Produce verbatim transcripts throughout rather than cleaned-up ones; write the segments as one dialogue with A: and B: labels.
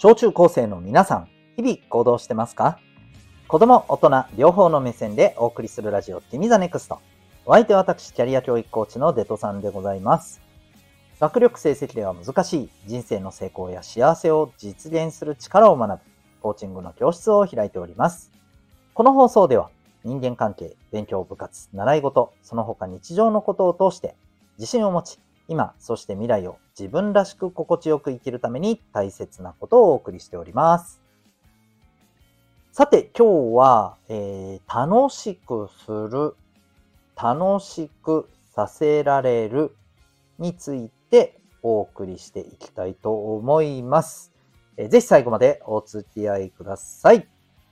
A: 小中高生の皆さん、日々行動してますか？子供、大人、両方の目線でお送りするラジオ、君ザネクスト。お相手は私、キャリア教育コーチのデトさんでございます。学力成績では難しい人生の成功や幸せを実現する力を学ぶ、コーチングの教室を開いております。この放送では、人間関係、勉強、部活、習い事、その他日常のことを通して、自信を持ち、今、そして未来を自分らしく心地よく生きるために大切なことをお送りしております。さて、今日は、えー、楽しくする、楽しくさせられるについてお送りしていきたいと思います。えー、ぜひ最後までお付き合いください。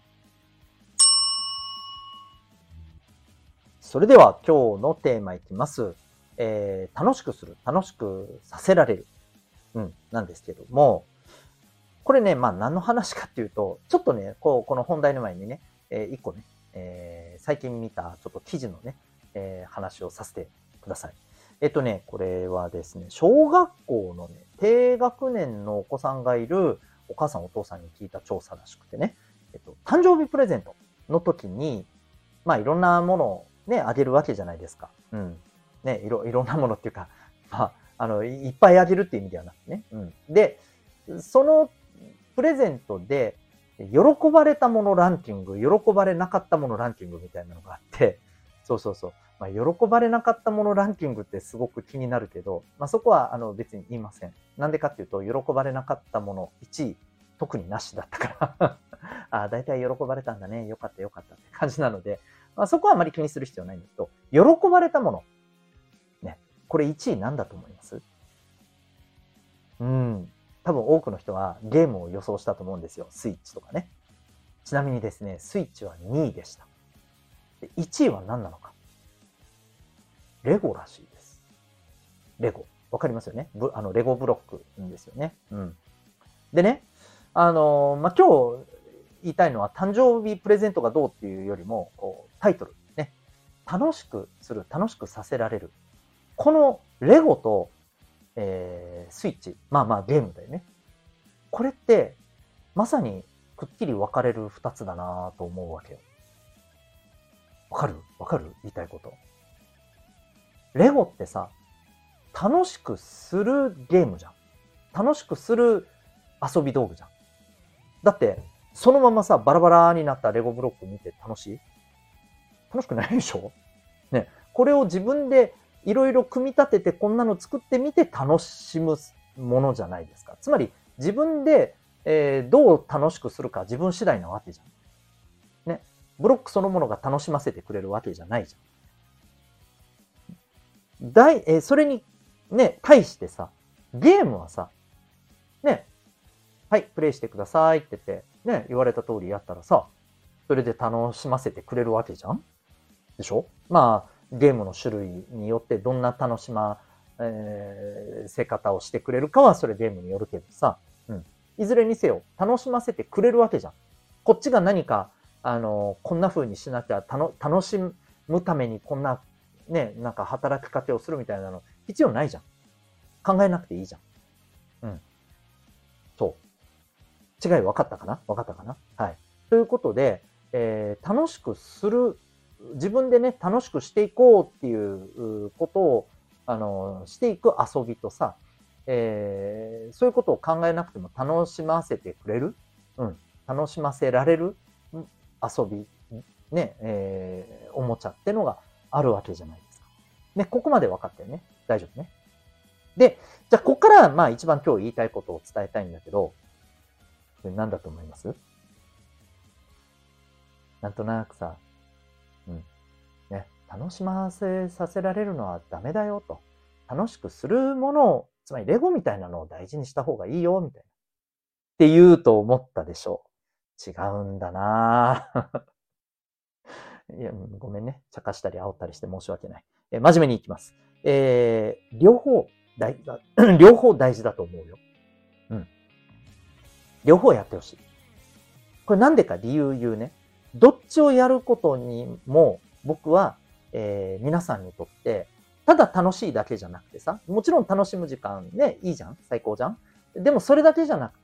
A: それでは今日のテーマいきます。えー、楽しくする、楽しくさせられる、うん、なんですけども、これね、まあ何の話かっていうと、ちょっとね、こう、この本題の前にね、えー、一個ね、えー、最近見たちょっと記事のね、えー、話をさせてください。えっとね、これはですね、小学校のね、低学年のお子さんがいるお母さんお父さんに聞いた調査らしくてね、えっと、誕生日プレゼントの時に、まあいろんなものをね、あげるわけじゃないですか。うん。ね、いろ、いろんなものっていうか、まあ、あの、いっぱいあげるっていう意味ではなくてね。うん。で、そのプレゼントで、喜ばれたものランキング、喜ばれなかったものランキングみたいなのがあって、そうそうそう。まあ、喜ばれなかったものランキングってすごく気になるけど、まあ、そこはあの別に言いません。なんでかっていうと、喜ばれなかったものいちい、特になしだったからああ、だいたい喜ばれたんだね。よかったよかったって感じなので、まあ、そこはあまり気にする必要ないんだけど、喜ばれたもの。ね。これいちいなんだと思います？うん。多分多くの人はゲームを予想したと思うんですよ。スイッチとかね。ちなみにですね、スイッチはにいでした。でいちいは何なのか。レゴらしいです。レゴ。わかりますよね。あの、レゴブロックですよね。うん。でね、あのー、まあ、今日言いたいのは誕生日プレゼントがどうっていうよりも、こうタイトル。ね。楽しくする、楽しくさせられる。このレゴと、えー、スイッチ。まあまあゲームだよね。これって、まさにくっきり分かれる二つだなと思うわけよ。わかるわかる言いたいこと。レゴってさ、楽しくするゲームじゃん。楽しくする遊び道具じゃん。だって、そのままさ、バラバラになったレゴブロック見て楽しい？楽しくないでしょ？ね。これを自分でいろいろ組み立ててこんなの作ってみて楽しむものじゃないですか。つまり自分で、えー、どう楽しくするか自分次第なわけじゃん。ね。ブロックそのものが楽しませてくれるわけじゃないじゃん。だい、えー、それにね、対してさ、ゲームはさ、ね、はい、プレイしてくださいって言って、ね、言われた通りやったらさ、それで楽しませてくれるわけじゃんでしょ？まあ、ゲームの種類によってどんな楽しま、えー、せ方をしてくれるかはそれゲームによるけどさ、うん。いずれにせよ、楽しませてくれるわけじゃん。こっちが何か、あの、こんな風にしなきゃ、たの楽しむためにこんな、ね、なんか働きかけをするみたいなの必要ないじゃん。考えなくていいじゃん。うん。そう。違い分かったかな？分かったかな？はい。ということで、えー、楽しくする、自分でね、楽しくしていこうっていうことを、あの、していく遊びとさ、えー、そういうことを考えなくても楽しませてくれる、うん、楽しませられる遊び、ね、えー、おもちゃってのがあるわけじゃないですか。ね、ここまで分かったよね。大丈夫ね。で、じゃあ、ここから、まあ、一番今日言いたいことを伝えたいんだけど、これ何だと思います？なんとなくさ、うん。ね、楽しませさせられるのはダメだよと。楽しくするものを、つまりレゴみたいなのを大事にした方がいいよ、みたいな。って言うと思ったでしょう。違うんだなぁ。いや、ごめんね。茶化したり煽ったりして申し訳ない。え真面目にいきます。えー、両方大事だ、両方大事だと思うよ。うん。両方やってほしい。これなんでか理由言うね。どっちをやることにも、僕は、えー、皆さんにとって、ただ楽しいだけじゃなくてさ、もちろん楽しむ時間ね、いいじゃん、最高じゃん。でもそれだけじゃなくて、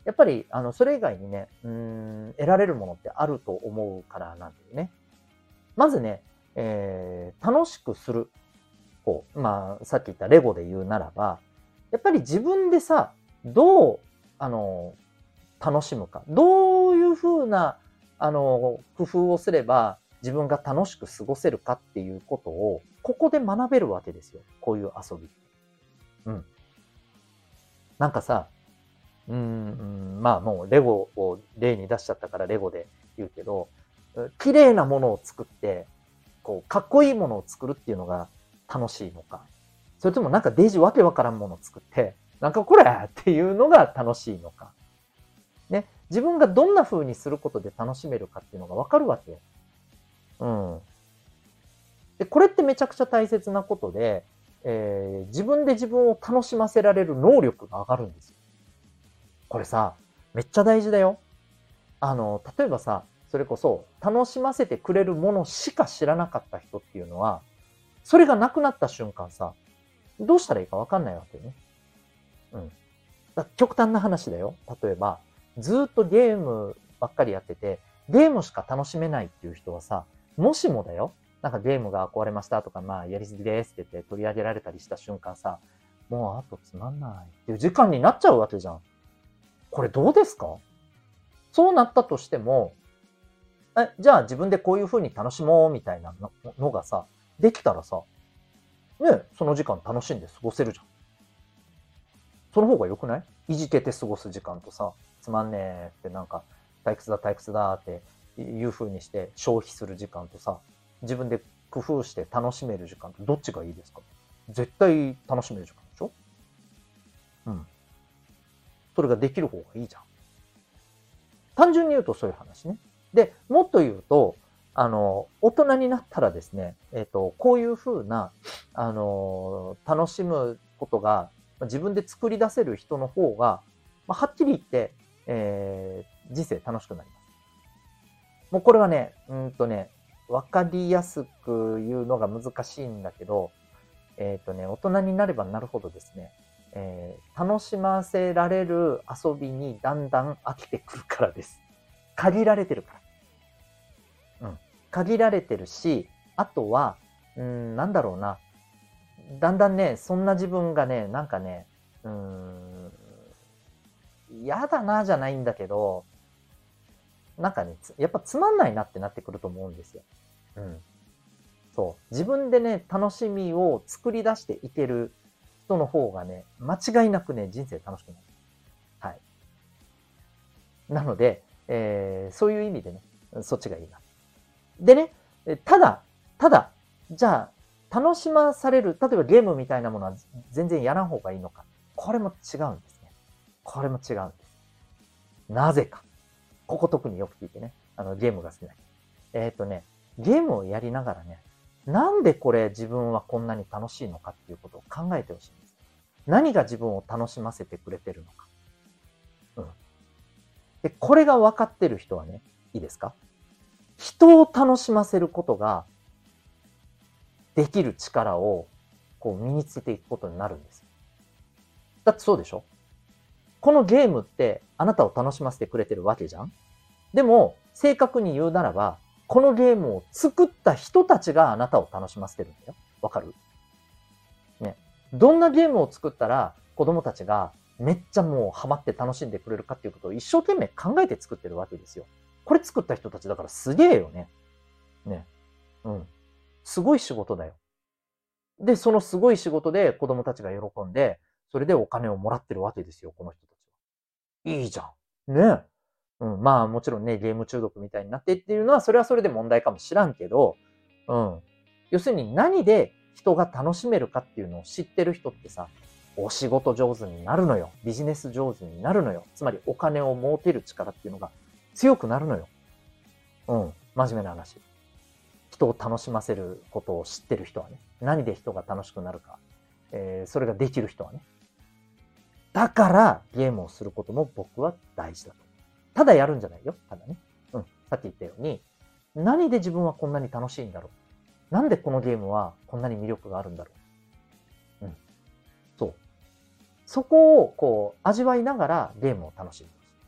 A: やっぱり、あの、それ以外にね、うーん、得られるものってあると思うからなんだよね。まずね、えー、楽しくする。こう、まあ、さっき言ったレゴで言うならば、やっぱり自分でさ、どう、あの、楽しむか。どういうふうな、あの、工夫をすれば自分が楽しく過ごせるかっていうことを、ここで学べるわけですよ。こういう遊び。うん。なんかさ、うーん、まあもうレゴを例に出しちゃったからレゴで言うけど、綺麗なものを作って、こう、かっこいいものを作るっていうのが楽しいのか。それともなんかデージわけわからんものを作って、なんかこれっていうのが楽しいのか。ね。自分がどんな風にすることで楽しめるかっていうのがわかるわけよ。うん。で、これってめちゃくちゃ大切なことで、えー、自分で自分を楽しませられる能力が上がるんですよ。これさ、めっちゃ大事だよ。あの、例えばさ、それこそ楽しませてくれるものしか知らなかった人っていうのは、それがなくなった瞬間さ、どうしたらいいかわかんないわけよね。うん。だ極端な話だよ。例えば、ずっとゲームばっかりやってて、ゲームしか楽しめないっていう人はさ、もしもだよ、なんかゲームが壊れましたとか、まあ、やりすぎですって言って取り上げられたりした瞬間さ、もうあとつまんないっていう時間になっちゃうわけじゃん。これどうですか？そうなったとしても、え、じゃあ自分でこういう風に楽しもうみたいなののがさ、できたらさ、ね、その時間楽しんで過ごせるじゃん。その方が良くない？いじけて過ごす時間とさ、つまんねえってなんか、退屈だ退屈だっていう風にして消費する時間とさ、自分で工夫して楽しめる時間とどっちがいいですか？絶対楽しめる時間でしょ？うん。それができる方がいいじゃん。単純に言うとそういう話ね。で、もっと言うと、あの、大人になったらですね、えっと、こういう風な、あの、楽しむことが自分で作り出せる人の方が、まあ、はっきり言って、えー、人生楽しくなります。もうこれはね、うんとね、わかりやすく言うのが難しいんだけど、えっとね、大人になればなるほどですね、えー、楽しませられる遊びにだんだん飽きてくるからです。限られてるから。うん。限られてるし、あとは、うーん、なんだろうな。だんだんね、そんな自分がね、なんかね、うーん、嫌だなじゃないんだけど、なんかね、やっぱつまんないなってなってくると思うんですよ。うん。そう。自分でね、楽しみを作り出していける人の方がね、間違いなくね、人生楽しくなる。はい。なので、えー、そういう意味でね、そっちがいいな。でね、ただ、ただ、じゃあ、楽しまされる、例えばゲームみたいなものは全然やらん方がいいのか。これも違うんですね。これも違うんです。なぜか。ここ特によく聞いてね。あの、ゲームが好きな人。えっ、ー、とね、ゲームをやりながらね、なんでこれ自分はこんなに楽しいのかっていうことを考えてほしいんです。何が自分を楽しませてくれてるのか。うん。で、これが分かってる人はね、いいですか？人を楽しませることができる力をこう身につけていくことになるんです。だってそうでしょ？このゲームってあなたを楽しませてくれてるわけじゃん。でも、正確に言うならば、このゲームを作った人たちがあなたを楽しませてるんだよ。わかる？ね。どんなゲームを作ったら子供たちがめっちゃもうハマって楽しんでくれるかっていうことを一生懸命考えて作ってるわけですよ。これ作った人たちだからすげえよね。ね。うん。すごい仕事だよ。で、そのすごい仕事で子供たちが喜んで、それでお金をもらってるわけですよ、この人たちは。いいじゃん。ね。うん、まあもちろんね、ゲーム中毒みたいになってっていうのは、それはそれで問題かもしらんけど、うん。要するに何で人が楽しめるかっていうのを知ってる人ってさ、お仕事上手になるのよ。ビジネス上手になるのよ。つまりお金を儲ける力っていうのが強くなるのよ。うん。真面目な話。人を楽しませることを知ってる人はね。何で人が楽しくなるか。えー、それができる人はね。だからゲームをすることも僕は大事だと。ただやるんじゃないよ。ただね。うん。さっき言ったように、何で自分はこんなに楽しいんだろう。なんでこのゲームはこんなに魅力があるんだろう。うん。そう。そこをこう味わいながらゲームを楽しむ。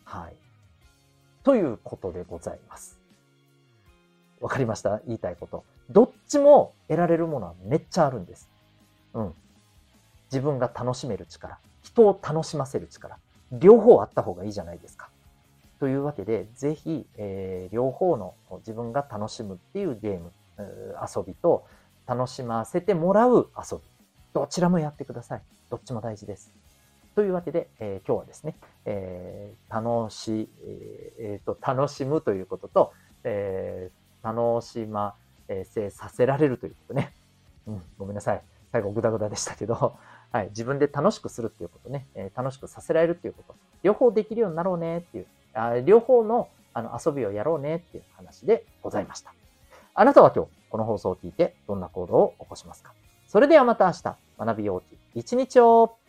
A: はい。ということでございます。わかりました？言いたいこと。どっちも得られるものはめっちゃあるんです。うん。自分が楽しめる力、人を楽しませる力、両方あった方がいいじゃないですか。というわけで、ぜひ、えー、両方の自分が楽しむっていうゲーム、遊びと、楽しませてもらう遊び、どちらもやってください。どっちも大事です。というわけで、えー、今日はですね、えー、楽し、えー、と、楽しむということと、えー、楽しませさせられるということね。うん、ごめんなさい。最後グダグダでしたけど、はい、自分で楽しくするっていうことね、えー、楽しくさせられるっていうこと、両方できるようになろうねっていう、あ両方のあの遊びをやろうねっていう話でございました。あなたは今日この放送を聞いてどんな行動を起こしますか？それではまた明日、学びようき一日を